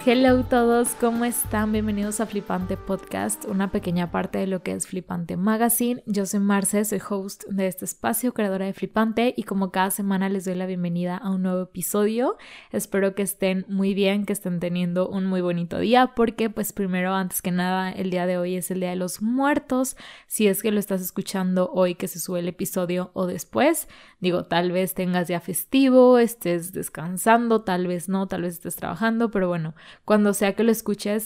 Hello todos, ¿cómo están? Bienvenidos a Flipante Podcast, una pequeña parte de lo que es Flipante Magazine. Yo soy Marce, soy host de este espacio, creadora de Flipante, y como cada semana les doy la bienvenida a un nuevo episodio. Espero que estén muy bien, que estén teniendo un muy bonito día, porque pues primero, antes que nada, el día de hoy es el Día de los Muertos. Si es que lo estás escuchando hoy que se sube el episodio o después, tal vez tengas ya festivo, estés descansando, tal vez no, tal vez estés trabajando, pero bueno, cuando sea que lo escuches,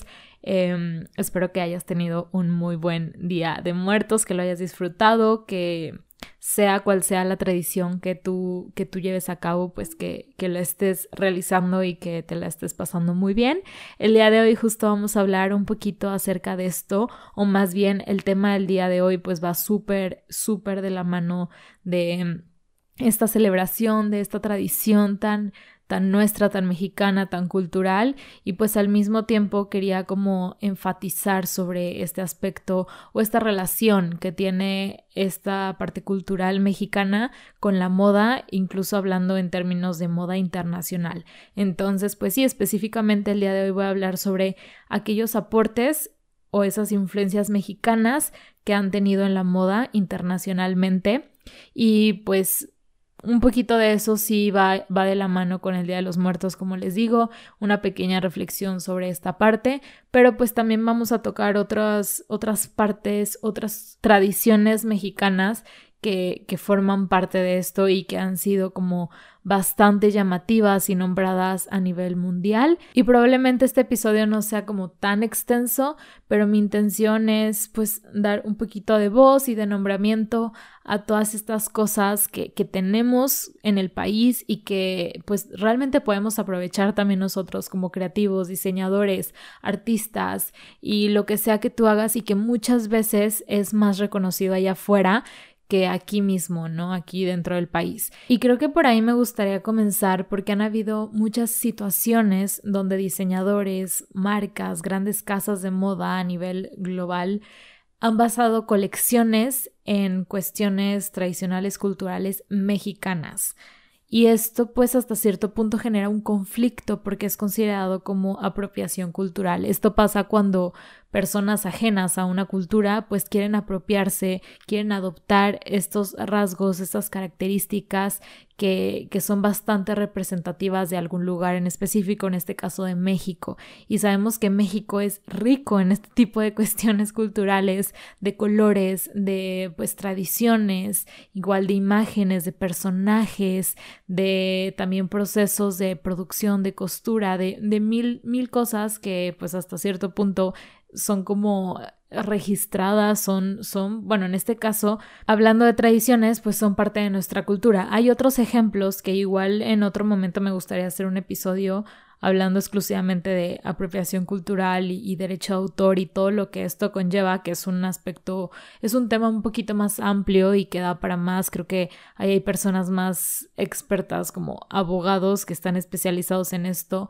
espero que hayas tenido un muy buen Día de Muertos, que lo hayas disfrutado, que sea cual sea la tradición que tú lleves a cabo, pues que la estés realizando y que te la estés pasando muy bien. El día de hoy justo vamos a hablar un poquito acerca de esto, o más bien el tema del día de hoy pues va súper de la mano de esta celebración, de esta tradición tan nuestra, tan mexicana, tan cultural, y pues al mismo tiempo quería como enfatizar sobre este aspecto o esta relación que tiene esta parte cultural mexicana con la moda, incluso hablando en términos de moda internacional. Entonces, pues sí, específicamente el día de hoy voy a hablar sobre aquellos aportes o esas influencias mexicanas que han tenido en la moda internacionalmente, y pues un poquito de eso sí va de la mano con el Día de los Muertos, como les digo, una pequeña reflexión sobre esta parte, pero pues también vamos a tocar otras partes, otras tradiciones mexicanas que forman parte de esto y que han sido como bastante llamativas y nombradas a nivel mundial. Y probablemente este episodio no sea como tan extenso, pero mi intención es pues dar un poquito de voz y de nombramiento a todas estas cosas que tenemos en el país y que pues realmente podemos aprovechar también nosotros como creativos, diseñadores, artistas y lo que sea que tú hagas, y que muchas veces es más reconocido allá afuera que aquí mismo, ¿no? Aquí dentro del país. Y creo que por ahí me gustaría comenzar, porque han habido muchas situaciones donde diseñadores, marcas, grandes casas de moda a nivel global han basado colecciones en cuestiones tradicionales culturales mexicanas. Y esto pues hasta cierto punto genera un conflicto porque es considerado como apropiación cultural. Esto pasa cuando personas ajenas a una cultura pues quieren apropiarse, quieren adoptar estos rasgos, estas características que son bastante representativas de algún lugar en específico, en este caso de México. Y sabemos que México es rico en este tipo de cuestiones culturales, de colores, de pues tradiciones, igual de imágenes, de personajes, de también procesos de producción, de costura, de mil cosas que pues hasta cierto punto son como registradas, son, bueno, en este caso, hablando de tradiciones, pues son parte de nuestra cultura. Hay otros ejemplos que igual en otro momento me gustaría hacer un episodio hablando exclusivamente de apropiación cultural y derecho de autor y todo lo que esto conlleva, que es un aspecto, es un tema un poquito más amplio y que da para más. Creo que ahí hay personas más expertas como abogados que están especializados en esto,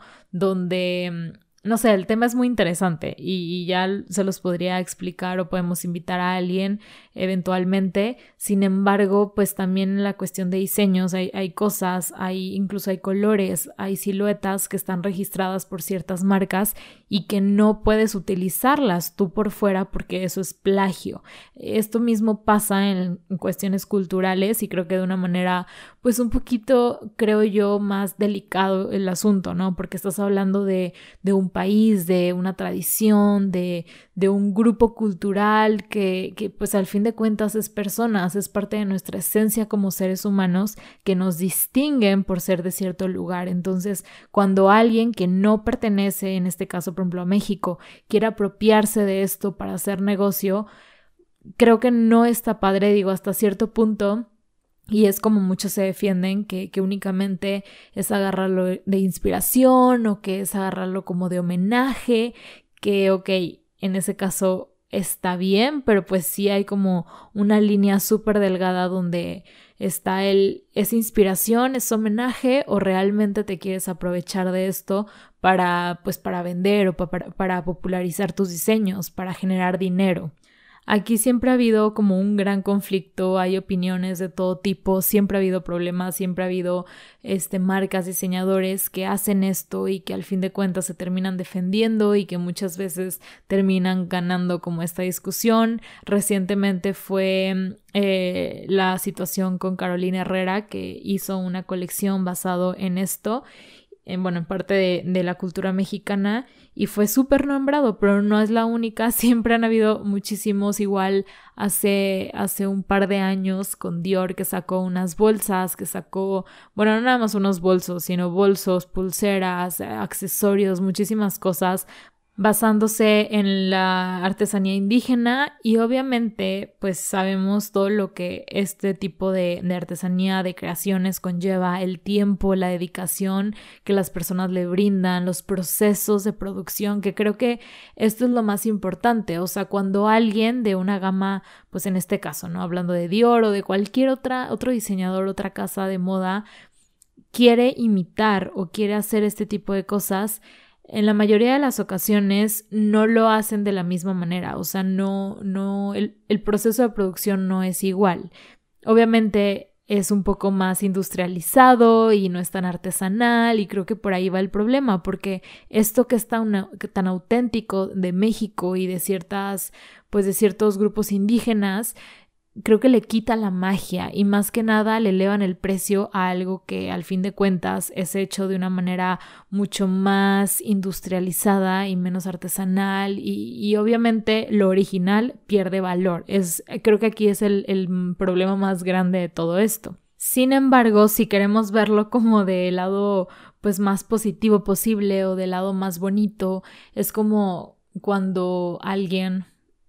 donde no sé, el tema es muy interesante y ya se los podría explicar o podemos invitar a alguien eventualmente. Sin embargo, pues también en la cuestión de diseños hay cosas, incluso hay colores, hay siluetas que están registradas por ciertas marcas y que no puedes utilizarlas tú por fuera porque eso es plagio. Esto mismo pasa en cuestiones culturales y creo que de una manera pues un poquito, creo yo, más delicado el asunto, ¿no? Porque estás hablando de un país, de una tradición, de un grupo cultural que pues al fin de cuentas es personas, es parte de nuestra esencia como seres humanos que nos distinguen por ser de cierto lugar. Entonces, cuando alguien que no pertenece, en este caso, por ejemplo, a México, quiere apropiarse de esto para hacer negocio, creo que no está padre, hasta cierto punto. Y es como muchos se defienden, que únicamente es agarrarlo de inspiración o que es agarrarlo como de homenaje, que ok, en ese caso está bien, pero pues sí hay como una línea súper delgada donde está ¿es inspiración, es homenaje o realmente te quieres aprovechar de esto para vender o para popularizar tus diseños, para generar dinero? Aquí siempre ha habido como un gran conflicto, hay opiniones de todo tipo, siempre ha habido problemas, siempre ha habido marcas, diseñadores que hacen esto y que al fin de cuentas se terminan defendiendo y que muchas veces terminan ganando como esta discusión. Recientemente fue la situación con Carolina Herrera, que hizo una colección basado en esto, en parte de la cultura mexicana, y fue súper nombrado, pero no es la única. Siempre han habido muchísimos. Igual hace un par de años con Dior, que sacó unas bolsas, que sacó, no nada más unos bolsos, sino bolsos, pulseras, accesorios, muchísimas cosas basándose en la artesanía indígena, y obviamente pues sabemos todo lo que este tipo de artesanía, de creaciones conlleva, el tiempo, la dedicación que las personas le brindan, los procesos de producción, que creo que esto es lo más importante. O sea, cuando alguien de una gama, pues en este caso, ¿no? Hablando de Dior o de cualquier otro diseñador, otra casa de moda, quiere imitar o quiere hacer este tipo de cosas, en la mayoría de las ocasiones no lo hacen de la misma manera. O sea, el proceso de producción no es igual. Obviamente es un poco más industrializado y no es tan artesanal, y creo que por ahí va el problema, porque esto que es tan auténtico de México y de ciertos grupos indígenas, creo que le quita la magia, y más que nada le elevan el precio a algo que al fin de cuentas es hecho de una manera mucho más industrializada y menos artesanal, y obviamente lo original pierde valor. Creo que aquí es el problema más grande de todo esto. Sin embargo, si queremos verlo como del lado pues más positivo posible o del lado más bonito, es como cuando alguien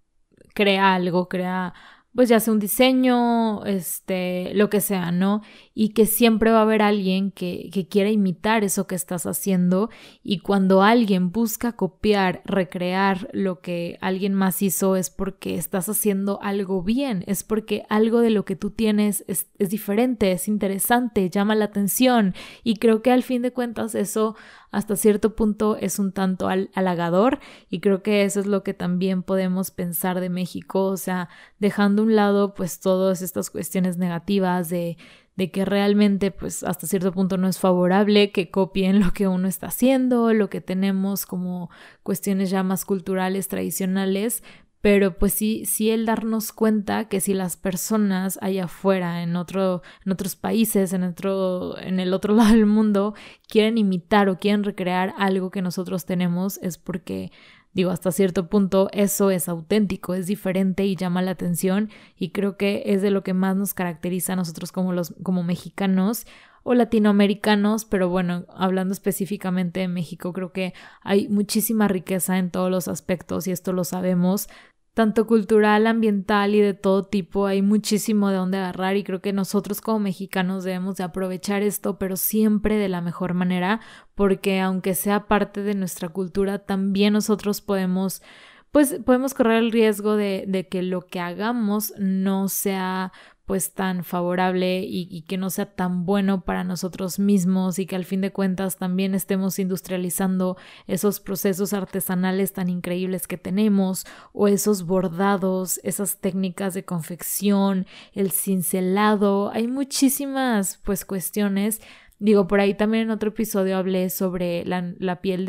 crea pues ya sea un diseño, lo que sea, ¿no? Y que siempre va a haber alguien que quiera imitar eso que estás haciendo, y cuando alguien busca copiar, recrear lo que alguien más hizo, es porque estás haciendo algo bien, es porque algo de lo que tú tienes es diferente, es interesante, llama la atención, y creo que al fin de cuentas eso hasta cierto punto es un tanto halagador, y creo que eso es lo que también podemos pensar de México. O sea, dejando a un lado pues todas estas cuestiones negativas de que realmente pues hasta cierto punto no es favorable que copien lo que uno está haciendo, lo que tenemos como cuestiones ya más culturales, tradicionales. Pero pues sí el darnos cuenta que si las personas allá afuera, en otros países, en el otro lado del mundo, quieren imitar o quieren recrear algo que nosotros tenemos, es porque, hasta cierto punto eso es auténtico, es diferente y llama la atención, y creo que es de lo que más nos caracteriza a nosotros como mexicanos o latinoamericanos. Pero hablando específicamente de México, creo que hay muchísima riqueza en todos los aspectos, y esto lo sabemos, tanto cultural, ambiental y de todo tipo. Hay muchísimo de dónde agarrar, y creo que nosotros como mexicanos debemos de aprovechar esto, pero siempre de la mejor manera, porque aunque sea parte de nuestra cultura, también nosotros podemos correr el riesgo de que lo que hagamos no sea pues tan favorable y que no sea tan bueno para nosotros mismos, y que al fin de cuentas también estemos industrializando esos procesos artesanales tan increíbles que tenemos, o esos bordados, esas técnicas de confección, el cincelado. Hay muchísimas pues cuestiones. Por ahí también en otro episodio hablé sobre la piel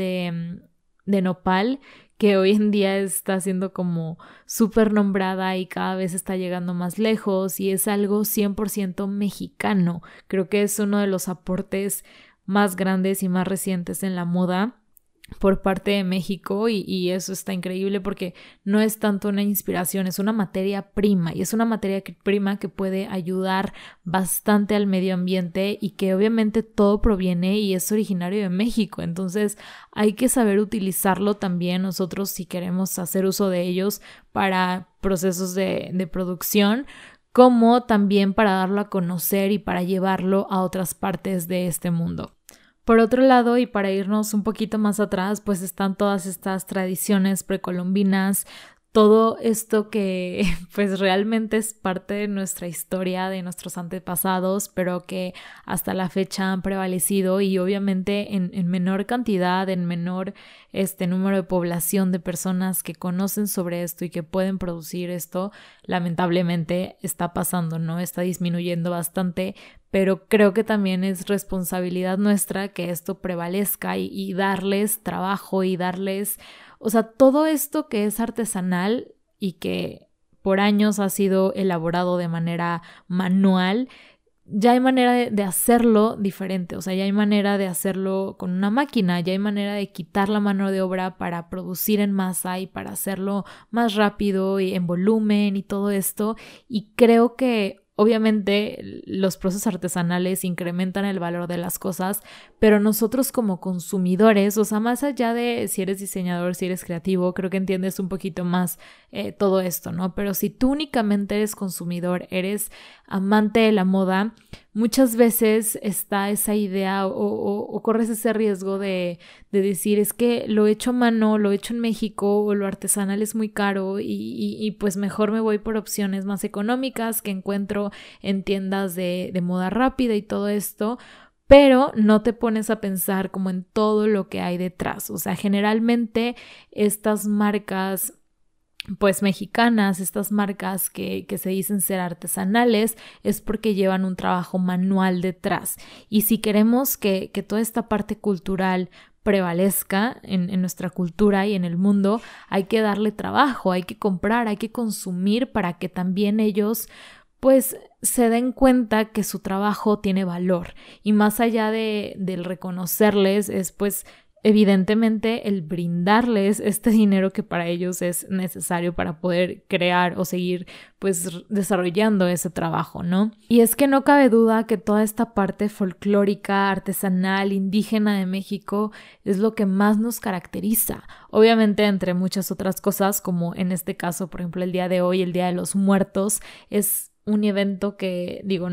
de nopal, que hoy en día está siendo como súper nombrada y cada vez está llegando más lejos, y es algo 100% mexicano. Creo que es uno de los aportes más grandes y más recientes en la moda por parte de México, y eso está increíble porque no es tanto una inspiración, es una materia prima, y es una materia prima que puede ayudar bastante al medio ambiente, y que obviamente todo proviene y es originario de México. Entonces hay que saber utilizarlo también nosotros si queremos hacer uso de ellos para procesos de producción, como también para darlo a conocer y para llevarlo a otras partes de este mundo. Por otro lado, y para irnos un poquito más atrás, pues están todas estas tradiciones precolombinas, todo esto que pues realmente es parte de nuestra historia, de nuestros antepasados, pero que hasta la fecha han prevalecido y obviamente en menor cantidad, en menor número de población de personas que conocen sobre esto y que pueden producir esto, lamentablemente está pasando, ¿no? Está disminuyendo bastante, pero creo que también es responsabilidad nuestra que esto prevalezca y darles trabajo y darles, o sea, todo esto que es artesanal y que por años ha sido elaborado de manera manual, ya hay manera de hacerlo diferente, o sea, ya hay manera de hacerlo con una máquina, ya hay manera de quitar la mano de obra para producir en masa y para hacerlo más rápido y en volumen y todo esto, y creo que obviamente los procesos artesanales incrementan el valor de las cosas, pero nosotros como consumidores, o sea, más allá de si eres diseñador, si eres creativo, creo que entiendes un poquito más todo esto, ¿no? Pero si tú únicamente eres consumidor, eres amante de la moda, muchas veces está esa idea o corres ese riesgo de decir, es que lo hecho a mano, lo hecho en México o lo artesanal es muy caro y pues mejor me voy por opciones más económicas que encuentro en tiendas de moda rápida y todo esto, pero no te pones a pensar como en todo lo que hay detrás. O sea, generalmente estas marcas pues mexicanas, estas marcas que se dicen ser artesanales, es porque llevan un trabajo manual detrás. Y si queremos que toda esta parte cultural prevalezca en nuestra cultura y en el mundo, hay que darle trabajo, hay que comprar, hay que consumir para que también ellos pues se den cuenta que su trabajo tiene valor. Y más allá del reconocerles es pues evidentemente el brindarles este dinero que para ellos es necesario para poder crear o seguir pues desarrollando ese trabajo, ¿no? Y es que no cabe duda que toda esta parte folclórica, artesanal, indígena de México es lo que más nos caracteriza. Obviamente entre muchas otras cosas, como en este caso, por ejemplo, el día de hoy, el Día de los Muertos, es un evento que, digo,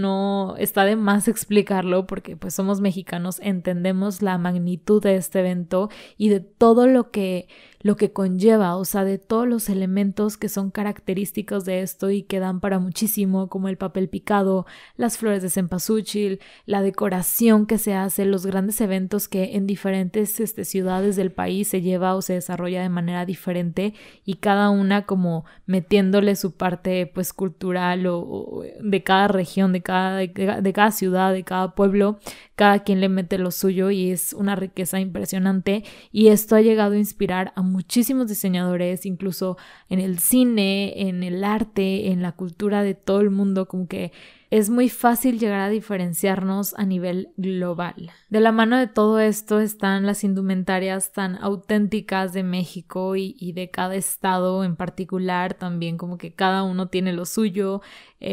no está de más explicarlo porque pues somos mexicanos, entendemos la magnitud de este evento y de todo lo que conlleva, o sea, de todos los elementos que son característicos de esto y que dan para muchísimo, como el papel picado, las flores de cempasúchil, la decoración que se hace, los grandes eventos que en diferentes ciudades del país se lleva o se desarrolla de manera diferente y cada una como metiéndole su parte pues cultural o de cada región, de cada ciudad, de cada pueblo, cada quien le mete lo suyo y es una riqueza impresionante y esto ha llegado a inspirar a muchísimos diseñadores, incluso en el cine, en el arte, en la cultura de todo el mundo, como que es muy fácil llegar a diferenciarnos a nivel global. De la mano de todo esto están las indumentarias tan auténticas de México y de cada estado en particular, también como que cada uno tiene lo suyo,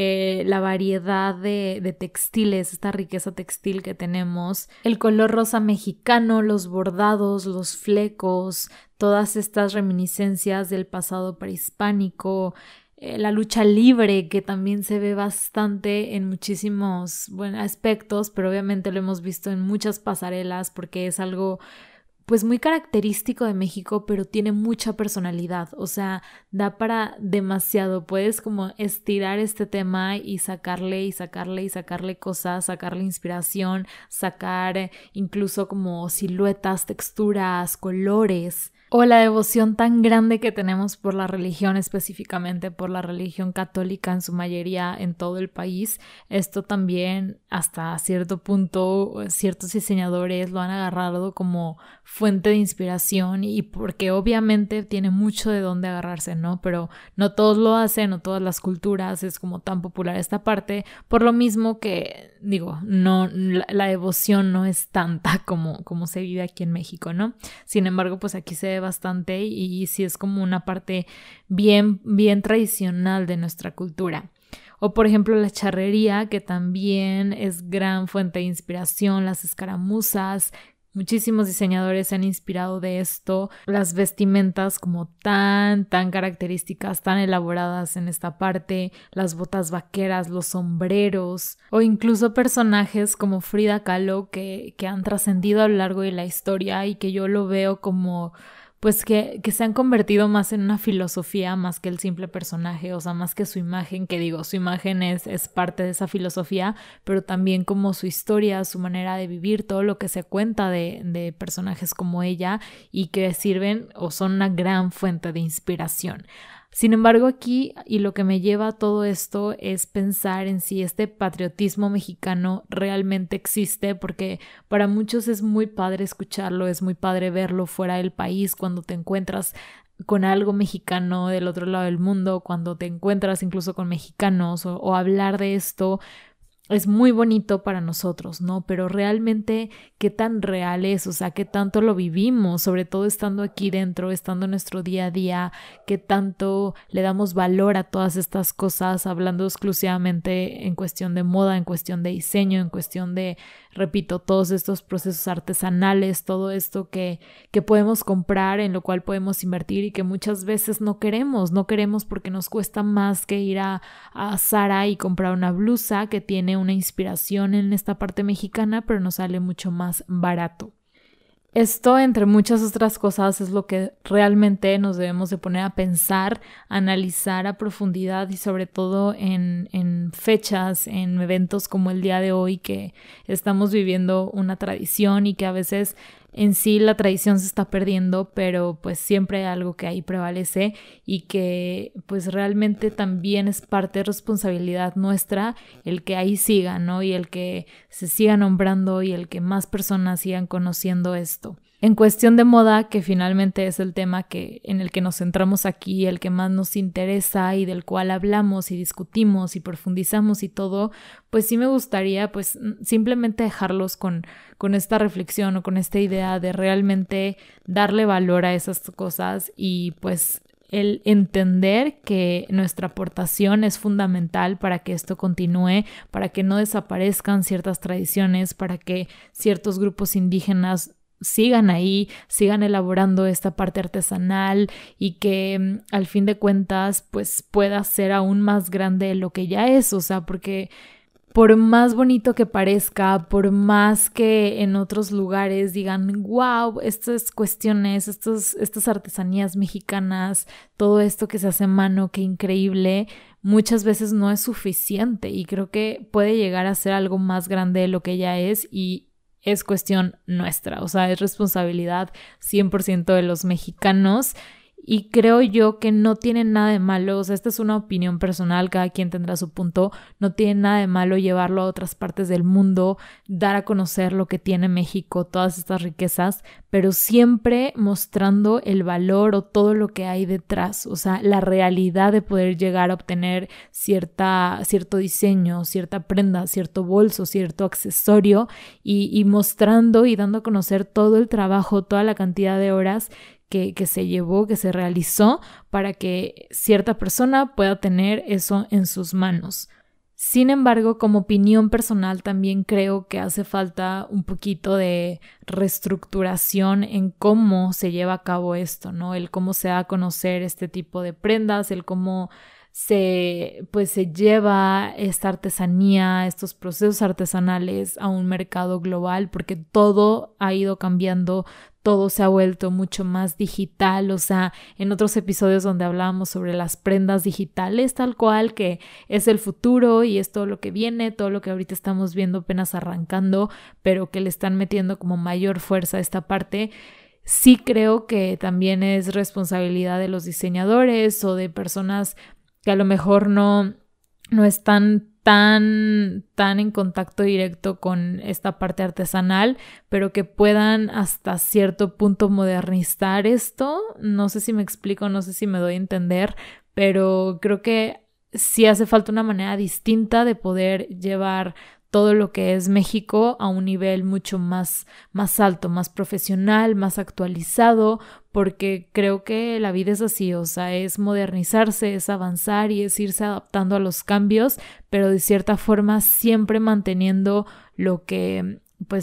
la variedad de textiles, esta riqueza textil que tenemos, el color rosa mexicano, los bordados, los flecos, todas estas reminiscencias del pasado prehispánico, la lucha libre que también se ve bastante en muchísimos aspectos, pero obviamente lo hemos visto en muchas pasarelas porque es algo pues muy característico de México, pero tiene mucha personalidad, o sea, da para demasiado, puedes como estirar este tema y sacarle cosas, sacarle inspiración, sacar incluso como siluetas, texturas, colores. O la devoción tan grande que tenemos por la religión, específicamente por la religión católica en su mayoría en todo el país. Esto también hasta cierto punto ciertos diseñadores lo han agarrado como fuente de inspiración y porque obviamente tiene mucho de dónde agarrarse, ¿no? Pero no todos lo hacen, no todas las culturas es como tan popular esta parte, por lo mismo que digo, no, la devoción no es tanta como se vive aquí en México, ¿no? Sin embargo, pues aquí se ve bastante y sí es como una parte bien tradicional de nuestra cultura. O por ejemplo la charrería, que también es gran fuente de inspiración, las escaramuzas. Muchísimos diseñadores se han inspirado de esto, las vestimentas como tan características, tan elaboradas en esta parte, las botas vaqueras, los sombreros o incluso personajes como Frida Kahlo que han trascendido a lo largo de la historia y que yo lo veo como pues que se han convertido más en una filosofía más que el simple personaje, o sea, más que su imagen, que digo, su imagen es parte de esa filosofía, pero también como su historia, su manera de vivir, todo lo que se cuenta de personajes como ella y que sirven o son una gran fuente de inspiración. Sin embargo, aquí, y lo que me lleva a todo esto es pensar en si este patriotismo mexicano realmente existe, porque para muchos es muy padre escucharlo, es muy padre verlo fuera del país cuando te encuentras con algo mexicano del otro lado del mundo, cuando te encuentras incluso con mexicanos o hablar de esto. Es muy bonito para nosotros, ¿no? Pero realmente, ¿qué tan real es? O sea, ¿qué tanto lo vivimos? Sobre todo estando aquí dentro, estando en nuestro día a día, ¿qué tanto le damos valor a todas estas cosas? Hablando exclusivamente en cuestión de moda, en cuestión de diseño, en cuestión de, repito, todos estos procesos artesanales, todo esto que podemos comprar, en lo cual podemos invertir y que muchas veces no queremos porque nos cuesta más que ir a Zara y comprar una blusa que tiene una inspiración en esta parte mexicana, pero nos sale mucho más barato. Esto, entre muchas otras cosas, es lo que realmente nos debemos de poner a pensar, analizar a profundidad y sobre todo en fechas, en eventos como el día de hoy, que estamos viviendo una tradición y que a veces en sí la tradición se está perdiendo, pero pues siempre hay algo que ahí prevalece y que pues realmente también es parte de responsabilidad nuestra el que ahí siga, ¿no? Y el que se siga nombrando y el que más personas sigan conociendo esto. En cuestión de moda, que finalmente es el tema en el que nos centramos aquí, el que más nos interesa y del cual hablamos y discutimos y profundizamos y todo, pues sí me gustaría pues simplemente dejarlos con esta reflexión o con esta idea de realmente darle valor a esas cosas y pues el entender que nuestra aportación es fundamental para que esto continúe, para que no desaparezcan ciertas tradiciones, para que ciertos grupos indígenas sigan ahí, sigan elaborando esta parte artesanal y que al fin de cuentas pues pueda ser aún más grande de lo que ya es, o sea, porque por más bonito que parezca, por más que en otros lugares digan, wow, estas cuestiones, estas artesanías mexicanas, todo esto que se hace a mano, qué increíble, muchas veces no es suficiente y creo que puede llegar a ser algo más grande de lo que ya es y es cuestión nuestra, o sea, es responsabilidad 100% de los mexicanos y creo yo que no tiene nada de malo, o sea, esta es una opinión personal, cada quien tendrá su punto, no tiene nada de malo llevarlo a otras partes del mundo, dar a conocer lo que tiene México, todas estas riquezas, pero siempre mostrando el valor o todo lo que hay detrás, o sea, la realidad de poder llegar a obtener cierto diseño, cierta prenda, cierto bolso, cierto accesorio y mostrando y dando a conocer todo el trabajo, toda la cantidad de horas que se llevó, que se realizó para que cierta persona pueda tener eso en sus manos. Sin embargo, como opinión personal también creo que hace falta un poquito de reestructuración en cómo se lleva a cabo esto, ¿no? El cómo se da a conocer este tipo de prendas, el cómo se lleva esta artesanía, estos procesos artesanales a un mercado global, porque todo ha ido cambiando, todo se ha vuelto mucho más digital, o sea, en otros episodios donde hablábamos sobre las prendas digitales, tal cual, que es el futuro y es todo lo que viene, todo lo que ahorita estamos viendo apenas arrancando, pero que le están metiendo como mayor fuerza a esta parte. Sí creo que también es responsabilidad de los diseñadores o de personas que a lo mejor no están tan en contacto directo con esta parte artesanal, pero que puedan hasta cierto punto modernizar esto. No sé si me explico, no sé si me doy a entender, pero creo que sí hace falta una manera distinta de poder llevar todo lo que es México a un nivel mucho más alto, más profesional, más actualizado, porque creo que la vida es así, o sea, es modernizarse, es avanzar y es irse adaptando a los cambios, pero de cierta forma siempre manteniendo lo que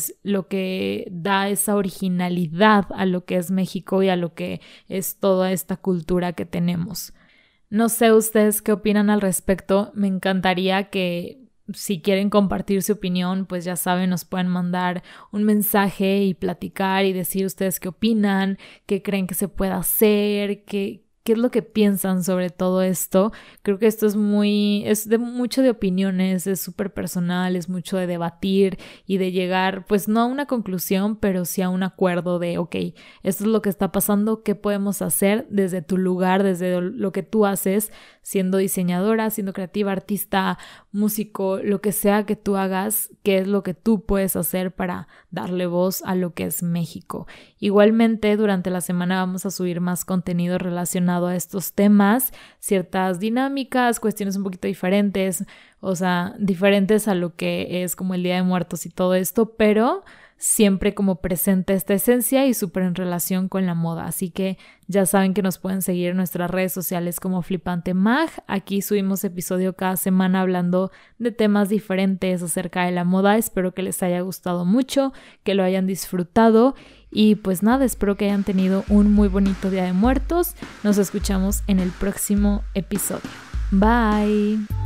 da esa originalidad a lo que es México y a lo que es toda esta cultura que tenemos. No sé ustedes qué opinan al respecto, me encantaría que si quieren compartir su opinión, pues ya saben, nos pueden mandar un mensaje y platicar y decir ustedes qué opinan, qué creen que se puede hacer, qué es lo que piensan sobre todo esto. Creo que esto es mucho de opiniones, es súper personal, es mucho de debatir y de llegar, pues no a una conclusión, pero sí a un acuerdo de, ok, esto es lo que está pasando, ¿qué podemos hacer desde tu lugar, desde lo que tú haces, siendo diseñadora, siendo creativa, artista, músico, lo que sea que tú hagas, qué es lo que tú puedes hacer para darle voz a lo que es México? Igualmente, durante la semana vamos a subir más contenido relacionado a estos temas, ciertas dinámicas, cuestiones un poquito diferentes, o sea, diferentes a lo que es como el Día de Muertos y todo esto, pero siempre como presente esta esencia y súper en relación con la moda. Así que ya saben que nos pueden seguir en nuestras redes sociales como Flipante Mag. Aquí subimos episodio cada semana hablando de temas diferentes acerca de la moda. Espero que les haya gustado mucho, que lo hayan disfrutado y pues nada, espero que hayan tenido un muy bonito Día de Muertos. Nos escuchamos en el próximo episodio. Bye.